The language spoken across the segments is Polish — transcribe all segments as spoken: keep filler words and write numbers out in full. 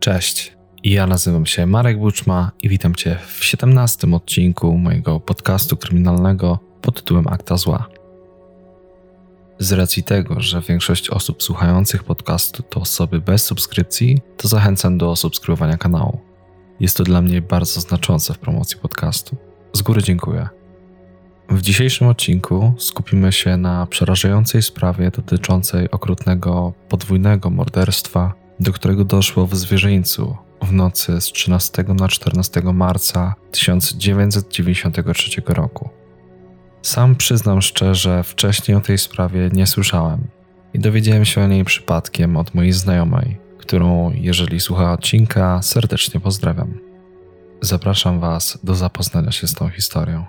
Cześć, ja nazywam się Marek Buczma i witam Cię w siedemnastym odcinku mojego podcastu kryminalnego pod tytułem Akta Zła. Z racji tego, że większość osób słuchających podcastu to osoby bez subskrypcji, to zachęcam do subskrybowania kanału. Jest to dla mnie bardzo znaczące w promocji podcastu. Z góry dziękuję. W dzisiejszym odcinku skupimy się na przerażającej sprawie dotyczącej okrutnego podwójnego morderstwa, do którego doszło w Zwierzyńcu w nocy z trzynastego na czternastego marca tysiąc dziewięćset dziewięćdziesiątego trzeciego roku. Sam przyznam szczerze, wcześniej o tej sprawie nie słyszałem i dowiedziałem się o niej przypadkiem od mojej znajomej, którą, jeżeli słucha odcinka, serdecznie pozdrawiam. Zapraszam Was do zapoznania się z tą historią.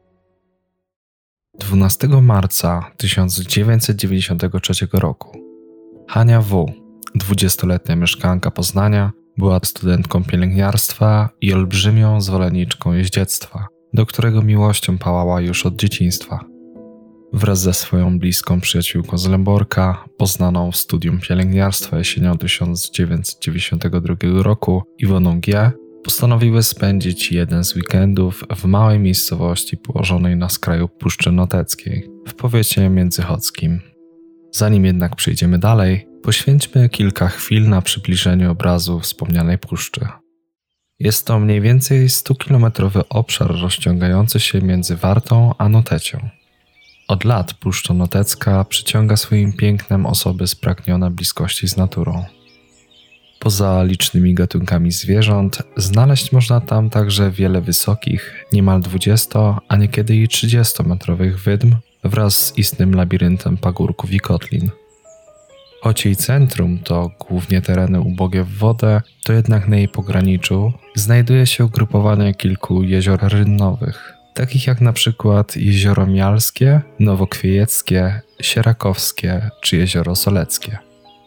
dwunastego marca tysiąc dziewięćset dziewięćdziesiątego trzeciego roku Hania W., dwudziestoletnia mieszkanka Poznania, była studentką pielęgniarstwa i olbrzymią zwolenniczką jeździectwa, do którego miłością pałała już od dzieciństwa. Wraz ze swoją bliską przyjaciółką z Lęborka, poznaną w studium pielęgniarstwa jesienią tysiąc dziewięćset dziewięćdziesiątego drugiego roku, Iwoną G., postanowiły spędzić jeden z weekendów w małej miejscowości położonej na skraju Puszczy Noteckiej, w powiecie międzychodzkim. Zanim jednak przejdziemy dalej, poświęćmy kilka chwil na przybliżeniu obrazu wspomnianej puszczy. Jest to mniej więcej stukilometrowy obszar rozciągający się między Wartą a Notecią. Od lat Puszcza Notecka przyciąga swoim pięknem osoby spragnione bliskości z naturą. Poza licznymi gatunkami zwierząt, znaleźć można tam także wiele wysokich, niemal dwudziesto, a niekiedy i trzydziestometrowych wydm wraz z istnym labiryntem pagórków i kotlin. Choć jej centrum to głównie tereny ubogie w wodę, to jednak na jej pograniczu znajduje się ugrupowanie kilku jezior rynnowych, takich jak na przykład Jezioro Mialskie, Nowokwiejeckie, Sierakowskie czy Jezioro Soleckie.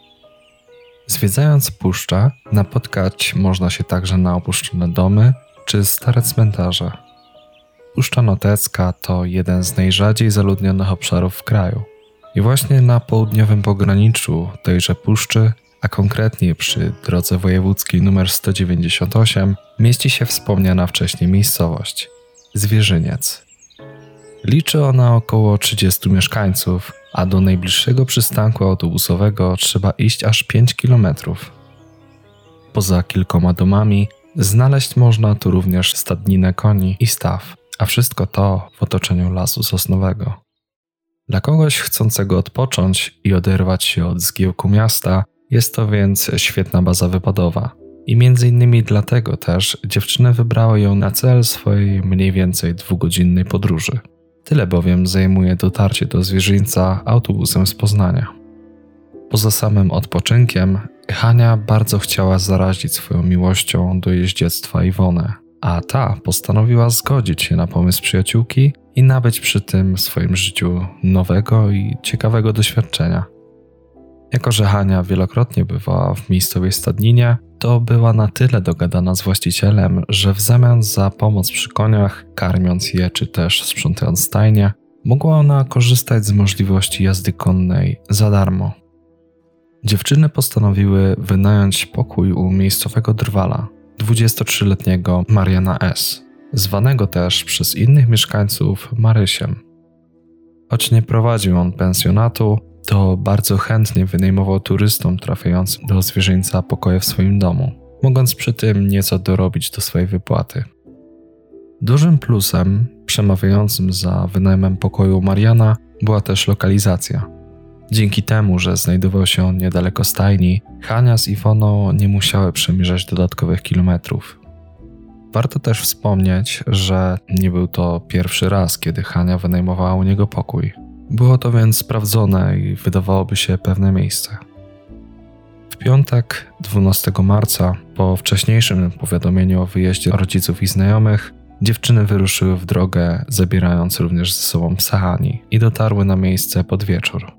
Zwiedzając puszczę, napotkać można się także na opuszczone domy czy stare cmentarze. Puszcza Notecka to jeden z najrzadziej zaludnionych obszarów w kraju. I właśnie na południowym pograniczu tejże puszczy, a konkretnie przy drodze wojewódzkiej nr sto dziewięćdziesiąt osiem, mieści się wspomniana wcześniej miejscowość – Zwierzyniec. Liczy ona około trzydziestu mieszkańców, a do najbliższego przystanku autobusowego trzeba iść aż pięć kilometrów. Poza kilkoma domami znaleźć można tu również stadninę koni i staw, a wszystko to w otoczeniu lasu sosnowego. Dla kogoś chcącego odpocząć i oderwać się od zgiełku miasta jest to więc świetna baza wypadowa. I między innymi dlatego też dziewczyny wybrały ją na cel swojej mniej więcej dwugodzinnej podróży. Tyle bowiem zajmuje dotarcie do Zwierzyńca autobusem z Poznania. Poza samym odpoczynkiem, Hania bardzo chciała zarazić swoją miłością do jeździectwa Iwonę, a ta postanowiła zgodzić się na pomysł przyjaciółki i nabyć przy tym w swoim życiu nowego i ciekawego doświadczenia. Jako że Hania wielokrotnie bywała w miejscowej stadninie, to była na tyle dogadana z właścicielem, że w zamian za pomoc przy koniach, karmiąc je czy też sprzątając stajnie, mogła ona korzystać z możliwości jazdy konnej za darmo. Dziewczyny postanowiły wynająć pokój u miejscowego drwala, dwudziestotrzyletniego Mariana S., zwanego też przez innych mieszkańców Marysiem. Choć nie prowadził on pensjonatu, to bardzo chętnie wynajmował turystom trafiającym do Zwierzyńca pokoje w swoim domu, mogąc przy tym nieco dorobić do swojej wypłaty. Dużym plusem przemawiającym za wynajmem pokoju Mariana była też lokalizacja. Dzięki temu, że znajdował się on niedaleko stajni, Hania z Iwoną nie musiały przemierzać dodatkowych kilometrów. Warto też wspomnieć, że nie był to pierwszy raz, kiedy Hania wynajmowała u niego pokój. Było to więc sprawdzone i wydawałoby się pewne miejsce. W piątek, dwunastego marca, po wcześniejszym powiadomieniu o wyjeździe rodziców i znajomych, dziewczyny wyruszyły w drogę, zabierając również ze sobą psa Hani i dotarły na miejsce pod wieczór.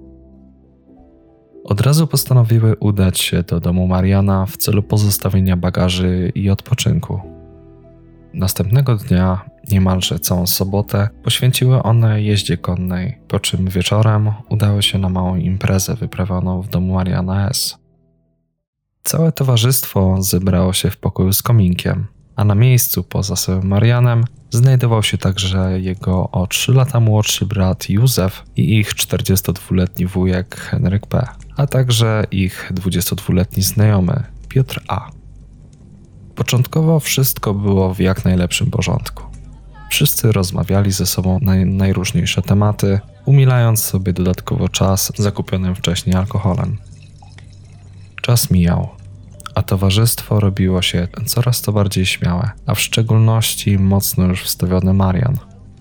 Od razu postanowiły udać się do domu Mariana w celu pozostawienia bagaży i odpoczynku. Następnego dnia, niemalże całą sobotę, poświęciły one jeździe konnej, po czym wieczorem udały się na małą imprezę wyprawioną w domu Mariana S. Całe towarzystwo zebrało się w pokoju z kominkiem, a na miejscu poza samym Marianem znajdował się także jego o trzy lata młodszy brat Józef i ich czterdziestodwuletni wujek Henryk P., a także ich dwudziestodwuletni znajomy Piotr A. Początkowo wszystko było w jak najlepszym porządku. Wszyscy rozmawiali ze sobą na najróżniejsze tematy, umilając sobie dodatkowo czas zakupionym wcześniej alkoholem. Czas mijał, a towarzystwo robiło się coraz to bardziej śmiałe, a w szczególności mocno już wstawiony Marian.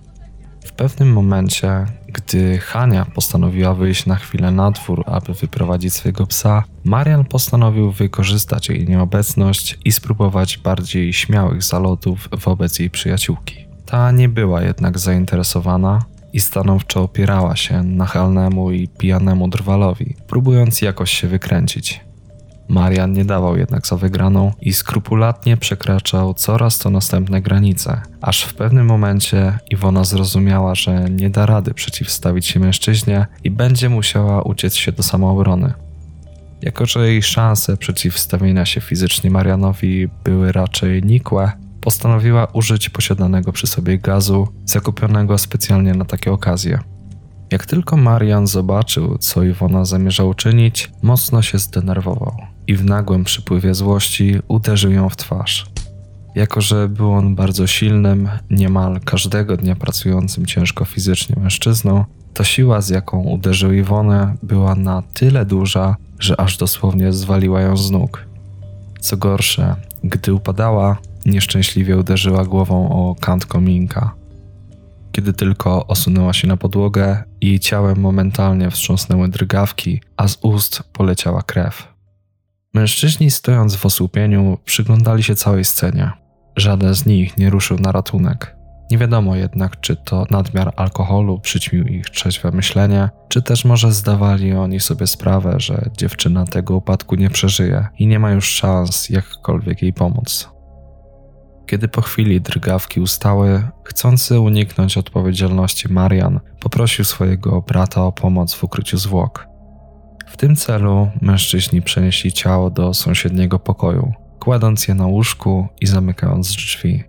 W pewnym momencie, gdy Hania postanowiła wyjść na chwilę na dwór, aby wyprowadzić swojego psa, Marian postanowił wykorzystać jej nieobecność i spróbować bardziej śmiałych zalotów wobec jej przyjaciółki. Ta nie była jednak zainteresowana i stanowczo opierała się nachalnemu i pijanemu drwalowi, próbując jakoś się wykręcić. Marian nie dawał jednak za wygraną i skrupulatnie przekraczał coraz to następne granice, aż w pewnym momencie Iwona zrozumiała, że nie da rady przeciwstawić się mężczyźnie i będzie musiała uciec się do samoobrony. Jako że jej szanse przeciwstawienia się fizycznie Marianowi były raczej nikłe, postanowiła użyć posiadanego przy sobie gazu, zakupionego specjalnie na takie okazje. Jak tylko Marian zobaczył, co Iwona zamierza uczynić, mocno się zdenerwował i w nagłym przypływie złości uderzył ją w twarz. Jako że był on bardzo silnym, niemal każdego dnia pracującym ciężko fizycznie mężczyzną, to siła, z jaką uderzył Iwonę, była na tyle duża, że aż dosłownie zwaliła ją z nóg. Co gorsze, gdy upadała, nieszczęśliwie uderzyła głową o kant kominka. Kiedy tylko osunęła się na podłogę, jej ciałem momentalnie wstrząsnęły drgawki, a z ust poleciała krew. Mężczyźni, stojąc w osłupieniu, przyglądali się całej scenie. Żaden z nich nie ruszył na ratunek. Nie wiadomo jednak, czy to nadmiar alkoholu przyćmił ich trzeźwe myślenie, czy też może zdawali oni sobie sprawę, że dziewczyna tego upadku nie przeżyje i nie ma już szans jakkolwiek jej pomóc. Kiedy po chwili drgawki ustały, chcący uniknąć odpowiedzialności Marian poprosił swojego brata o pomoc w ukryciu zwłok. W tym celu mężczyźni przenieśli ciało do sąsiedniego pokoju, kładąc je na łóżku i zamykając drzwi.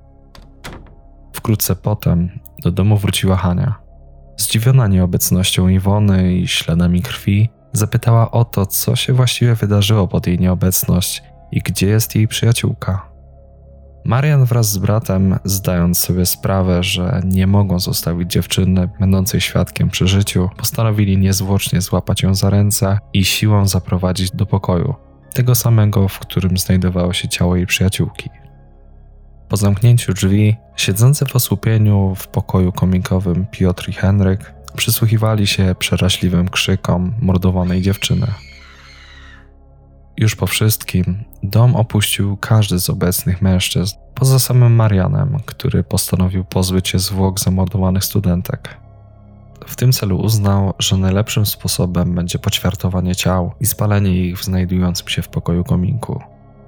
Wkrótce potem do domu wróciła Hania. Zdziwiona nieobecnością Iwony i śladami krwi, zapytała o to, co się właściwie wydarzyło pod jej nieobecność i gdzie jest jej przyjaciółka. Marian wraz z bratem, zdając sobie sprawę, że nie mogą zostawić dziewczyny będącej świadkiem przy życiu, postanowili niezwłocznie złapać ją za ręce i siłą zaprowadzić do pokoju, tego samego, w którym znajdowało się ciało jej przyjaciółki. Po zamknięciu drzwi, siedzący w osłupieniu w pokoju kominkowym Piotr i Henryk przysłuchiwali się przeraźliwym krzykom mordowanej dziewczyny. Już po wszystkim dom opuścił każdy z obecnych mężczyzn, poza samym Marianem, który postanowił pozbyć się zwłok zamordowanych studentek. W tym celu uznał, że najlepszym sposobem będzie poćwiartowanie ciał i spalenie ich w znajdującym się w pokoju kominku.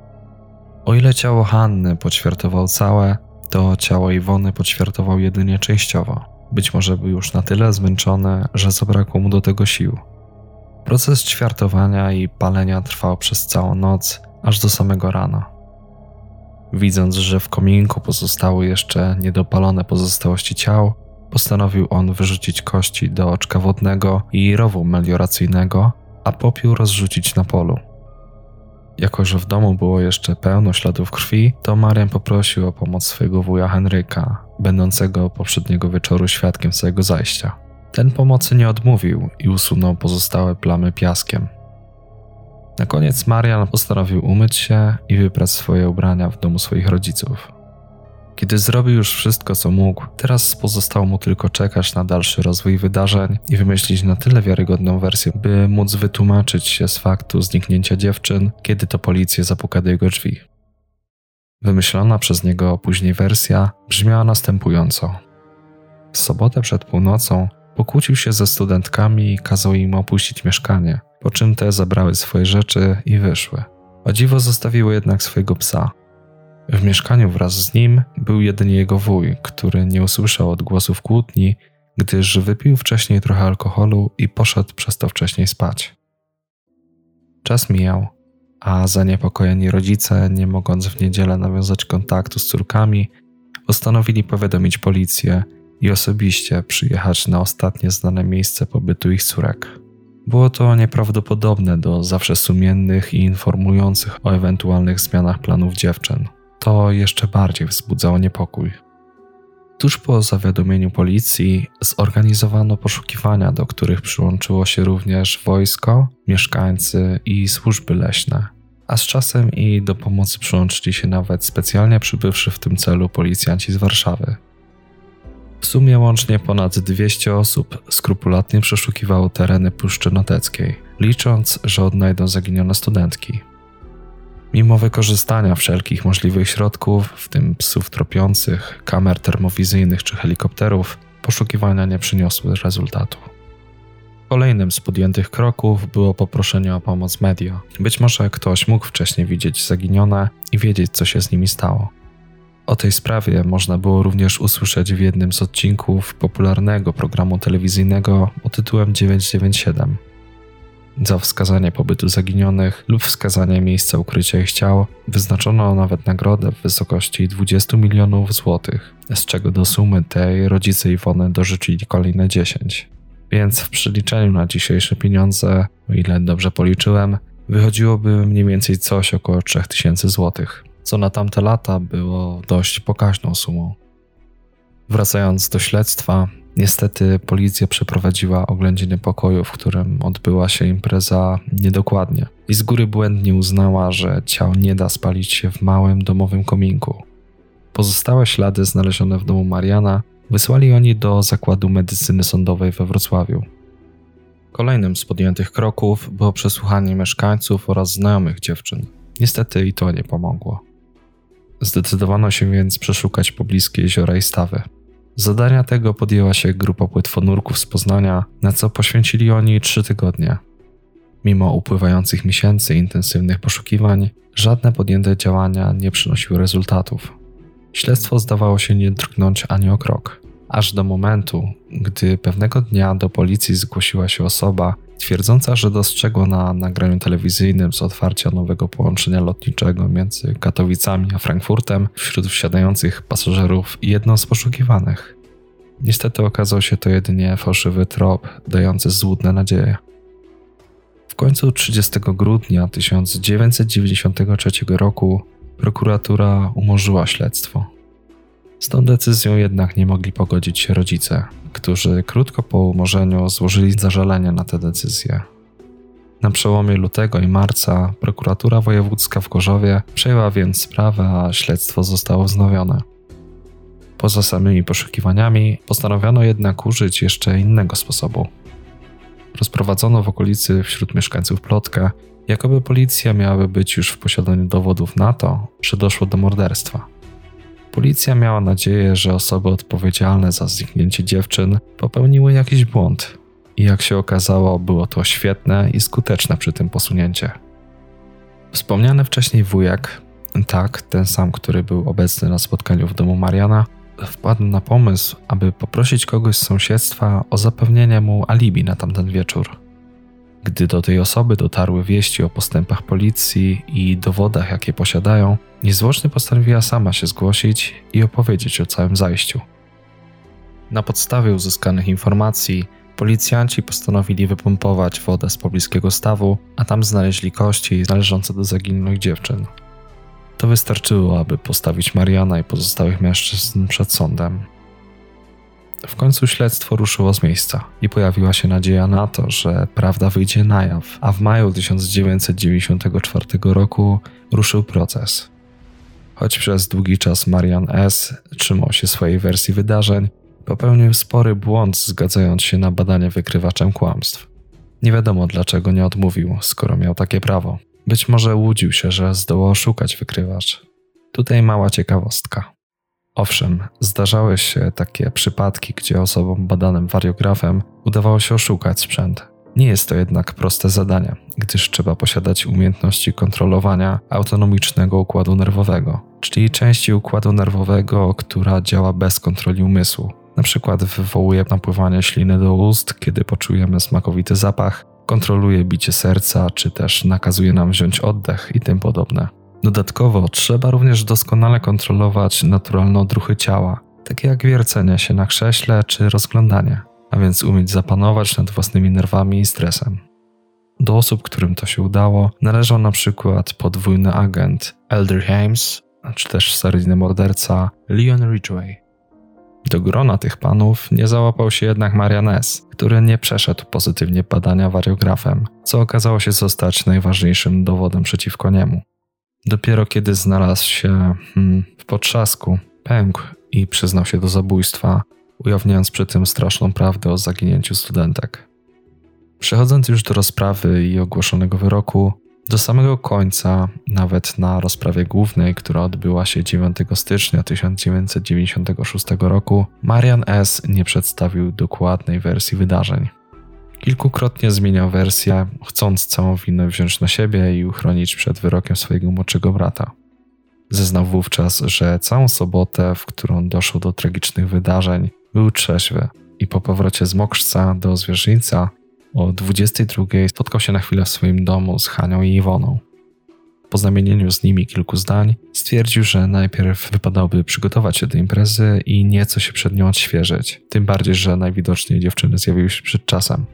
O ile ciało Hanny poćwiartował całe, to ciało Iwony poćwiartował jedynie częściowo. Być może był już na tyle zmęczony, że zabrakło mu do tego sił. Proces ćwiartowania i palenia trwał przez całą noc, aż do samego rana. Widząc, że w kominku pozostały jeszcze niedopalone pozostałości ciał, postanowił on wyrzucić kości do oczka wodnego i rowu melioracyjnego, a popiół rozrzucić na polu. Jako że w domu było jeszcze pełno śladów krwi, to Marian poprosił o pomoc swojego wuja Henryka, będącego poprzedniego wieczoru świadkiem całego zajścia. Ten pomocy nie odmówił i usunął pozostałe plamy piaskiem. Na koniec Marian postanowił umyć się i wyprać swoje ubrania w domu swoich rodziców. Kiedy zrobił już wszystko, co mógł, teraz pozostało mu tylko czekać na dalszy rozwój wydarzeń i wymyślić na tyle wiarygodną wersję, by móc wytłumaczyć się z faktu zniknięcia dziewczyn, kiedy to policja zapuka do jego drzwi. Wymyślona przez niego później wersja brzmiała następująco. W sobotę przed północą pokłócił się ze studentkami i kazał im opuścić mieszkanie, po czym te zabrały swoje rzeczy i wyszły. O dziwo zostawiły jednak swojego psa. W mieszkaniu wraz z nim był jedynie jego wuj, który nie usłyszał odgłosów kłótni, gdyż wypił wcześniej trochę alkoholu i poszedł przez to wcześniej spać. Czas mijał, a zaniepokojeni rodzice, nie mogąc w niedzielę nawiązać kontaktu z córkami, postanowili powiadomić policję i osobiście przyjechać na ostatnie znane miejsce pobytu ich córek. Było to nieprawdopodobne do zawsze sumiennych i informujących o ewentualnych zmianach planów dziewczyn. To jeszcze bardziej wzbudzało niepokój. Tuż po zawiadomieniu policji zorganizowano poszukiwania, do których przyłączyło się również wojsko, mieszkańcy i służby leśne. A z czasem i do pomocy przyłączyli się nawet specjalnie przybywszy w tym celu policjanci z Warszawy. W sumie łącznie ponad dwieście osób skrupulatnie przeszukiwało tereny Puszczy Noteckiej, licząc, że odnajdą zaginione studentki. Mimo wykorzystania wszelkich możliwych środków, w tym psów tropiących, kamer termowizyjnych czy helikopterów, poszukiwania nie przyniosły rezultatu. Kolejnym z podjętych kroków było poproszenie o pomoc media. Być może ktoś mógł wcześniej widzieć zaginione i wiedzieć, co się z nimi stało. O tej sprawie można było również usłyszeć w jednym z odcinków popularnego programu telewizyjnego pod tytułem dziewięćset dziewięćdziesiąt siedem. Za wskazanie pobytu zaginionych lub wskazanie miejsca ukrycia ich ciał wyznaczono nawet nagrodę w wysokości dwadzieścia milionów złotych, z czego do sumy tej rodzice Iwony dorzucili kolejne dziesięć. Więc w przeliczeniu na dzisiejsze pieniądze, o ile dobrze policzyłem, wychodziłoby mniej więcej coś około trzy tysiące złotych, co na tamte lata było dość pokaźną sumą. Wracając do śledztwa, niestety policja przeprowadziła oględziny pokoju, w którym odbyła się impreza niedokładnie i z góry błędnie uznała, że ciał nie da spalić się w małym domowym kominku. Pozostałe ślady znalezione w domu Mariana wysłali oni do Zakładu Medycyny Sądowej we Wrocławiu. Kolejnym z podjętych kroków było przesłuchanie mieszkańców oraz znajomych dziewczyn. Niestety i to nie pomogło. Zdecydowano się więc przeszukać pobliskie jeziora i stawy. Zadania tego podjęła się grupa płetwonurków z Poznania, na co poświęcili oni trzy tygodnie. Mimo upływających miesięcy intensywnych poszukiwań, żadne podjęte działania nie przynosiły rezultatów. Śledztwo zdawało się nie drgnąć ani o krok, aż do momentu, gdy pewnego dnia do policji zgłosiła się osoba twierdząca, że dostrzegła na nagraniu telewizyjnym z otwarcia nowego połączenia lotniczego między Katowicami a Frankfurtem wśród wsiadających pasażerów jedną z poszukiwanych. Niestety okazał się to jedynie fałszywy trop dający złudne nadzieje. W końcu trzydziestego grudnia tysiąc dziewięćset dziewięćdziesiątego trzeciego roku prokuratura umorzyła śledztwo. Z tą decyzją jednak nie mogli pogodzić się rodzice, którzy krótko po umorzeniu złożyli zażalenie na tę decyzję. Na przełomie lutego i marca prokuratura wojewódzka w Gorzowie przejęła więc sprawę, a śledztwo zostało wznowione. Poza samymi poszukiwaniami postanowiono jednak użyć jeszcze innego sposobu. Rozprowadzono w okolicy wśród mieszkańców plotkę, jakoby policja miałaby być już w posiadaniu dowodów na to, że doszło do morderstwa. Policja miała nadzieję, że osoby odpowiedzialne za zniknięcie dziewczyn popełniły jakiś błąd i jak się okazało, było to świetne i skuteczne przy tym posunięcie. Wspomniany wcześniej wujek, tak, ten sam, który był obecny na spotkaniu w domu Mariana, wpadł na pomysł, aby poprosić kogoś z sąsiedztwa o zapewnienie mu alibi na tamten wieczór. Gdy do tej osoby dotarły wieści o postępach policji i dowodach, jakie posiadają, niezwłocznie postanowiła sama się zgłosić i opowiedzieć o całym zajściu. Na podstawie uzyskanych informacji policjanci postanowili wypompować wodę z pobliskiego stawu, a tam znaleźli kości należące do zaginionych dziewczyn. To wystarczyło, aby postawić Mariana i pozostałych mężczyzn przed sądem. W końcu śledztwo ruszyło z miejsca i pojawiła się nadzieja na to, że prawda wyjdzie na jaw, a w maju tysiąc dziewięćset dziewięćdziesiątego czwartego roku ruszył proces. Choć przez długi czas Marian S. trzymał się swojej wersji wydarzeń, popełnił spory błąd, zgadzając się na badanie wykrywaczem kłamstw. Nie wiadomo dlaczego nie odmówił, skoro miał takie prawo. Być może łudził się, że zdoła oszukać wykrywacz. Tutaj mała ciekawostka. Owszem, zdarzały się takie przypadki, gdzie osobom badanym wariografem udawało się oszukać sprzęt. Nie jest to jednak proste zadanie, gdyż trzeba posiadać umiejętności kontrolowania autonomicznego układu nerwowego, czyli części układu nerwowego, która działa bez kontroli umysłu. Na przykład wywołuje napływanie śliny do ust, kiedy poczujemy smakowity zapach, kontroluje bicie serca, czy też nakazuje nam wziąć oddech i tym podobne. Dodatkowo trzeba również doskonale kontrolować naturalne odruchy ciała, takie jak wiercenie się na krześle czy rozglądanie, a więc umieć zapanować nad własnymi nerwami i stresem. Do osób, którym to się udało, należał na przykład podwójny agent Elder Hames, czy też seryjny morderca Leon Ridgway. Do grona tych panów nie załapał się jednak Marian S., który nie przeszedł pozytywnie badania wariografem, co okazało się zostać najważniejszym dowodem przeciwko niemu. Dopiero kiedy znalazł się hmm, w potrzasku, pękł i przyznał się do zabójstwa, ujawniając przy tym straszną prawdę o zaginięciu studentek. Przechodząc już do rozprawy i ogłoszonego wyroku, do samego końca, nawet na rozprawie głównej, która odbyła się dziewiątego stycznia tysiąc dziewięćset dziewięćdziesiątego szóstego roku, Marian S. nie przedstawił dokładnej wersji wydarzeń. Kilkukrotnie zmieniał wersję, chcąc całą winę wziąć na siebie i uchronić przed wyrokiem swojego młodszego brata. Zeznał wówczas, że całą sobotę, w którą doszło do tragicznych wydarzeń, był trzeźwy i po powrocie z Mokrzca do Zwierzyńca o dwudziestej drugiej spotkał się na chwilę w swoim domu z Hanią i Iwoną. Po zamienieniu z nimi kilku zdań stwierdził, że najpierw wypadałoby przygotować się do imprezy i nieco się przed nią odświeżyć, tym bardziej, że najwidoczniej dziewczyny zjawiły się przed czasem.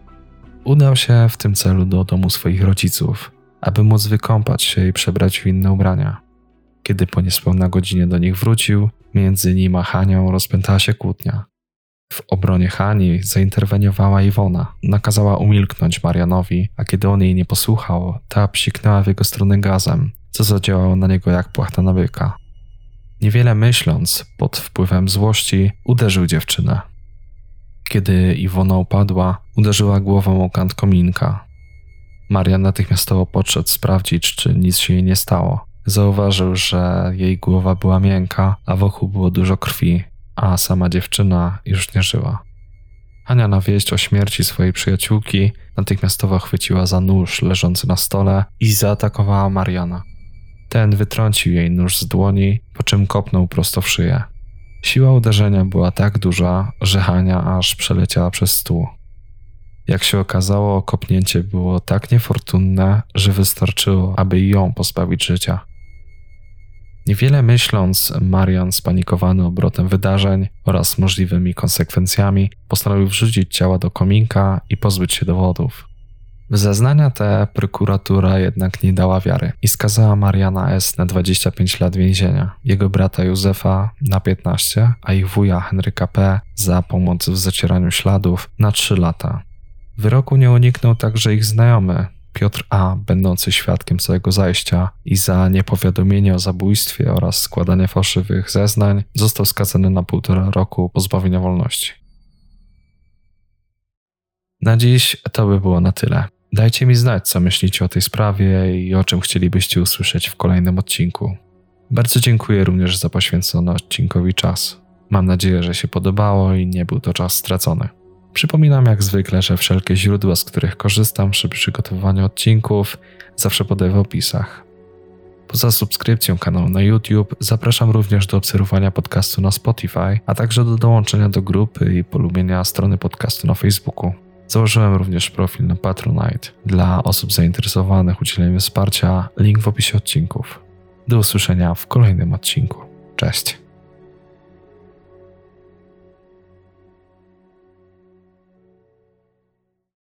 Udał się w tym celu do domu swoich rodziców, aby móc wykąpać się i przebrać w inne ubrania. Kiedy po niespełna godzinie do nich wrócił, między nim a Hanią rozpętała się kłótnia. W obronie Hani zainterweniowała Iwona, nakazała umilknąć Marianowi, a kiedy on jej nie posłuchał, ta psiknęła w jego stronę gazem, co zadziałało na niego jak płachta na byka. Niewiele myśląc, pod wpływem złości, uderzył dziewczynę. Kiedy Iwona upadła, uderzyła głową o kant kominka. Marian natychmiastowo podszedł sprawdzić, czy nic się jej nie stało. Zauważył, że jej głowa była miękka, a wokół było dużo krwi, a sama dziewczyna już nie żyła. Hania na wieść o śmierci swojej przyjaciółki natychmiastowo chwyciła za nóż leżący na stole i zaatakowała Mariana. Ten wytrącił jej nóż z dłoni, po czym kopnął prosto w szyję. Siła uderzenia była tak duża, że Hania aż przeleciała przez stół. Jak się okazało, kopnięcie było tak niefortunne, że wystarczyło, aby ją pozbawić życia. Niewiele myśląc, Marian, spanikowany obrotem wydarzeń oraz możliwymi konsekwencjami, postanowił wrzucić ciała do kominka i pozbyć się dowodów. W zeznania te prokuratura jednak nie dała wiary i skazała Mariana S. na dwadzieścia pięć lat więzienia, jego brata Józefa na piętnaście, a ich wuja Henryka P. za pomoc w zacieraniu śladów na trzy lata. Wyroku nie uniknął także ich znajomy, Piotr A., będący świadkiem całego zajścia i za niepowiadomienie o zabójstwie oraz składanie fałszywych zeznań został skazany na półtora roku pozbawienia wolności. Na dziś to by było na tyle. Dajcie mi znać, co myślicie o tej sprawie i o czym chcielibyście usłyszeć w kolejnym odcinku. Bardzo dziękuję również za poświęcony odcinkowi czas. Mam nadzieję, że się podobało i nie był to czas stracony. Przypominam jak zwykle, że wszelkie źródła, z których korzystam przy przygotowywaniu odcinków, zawsze podaję w opisach. Poza subskrypcją kanału na YouTube zapraszam również do obserwowania podcastu na Spotify, a także do dołączenia do grupy i polubienia strony podcastu na Facebooku. Założyłem również profil na Patronite dla osób zainteresowanych udzieleniem wsparcia, link w opisie odcinków. Do usłyszenia w kolejnym odcinku. Cześć!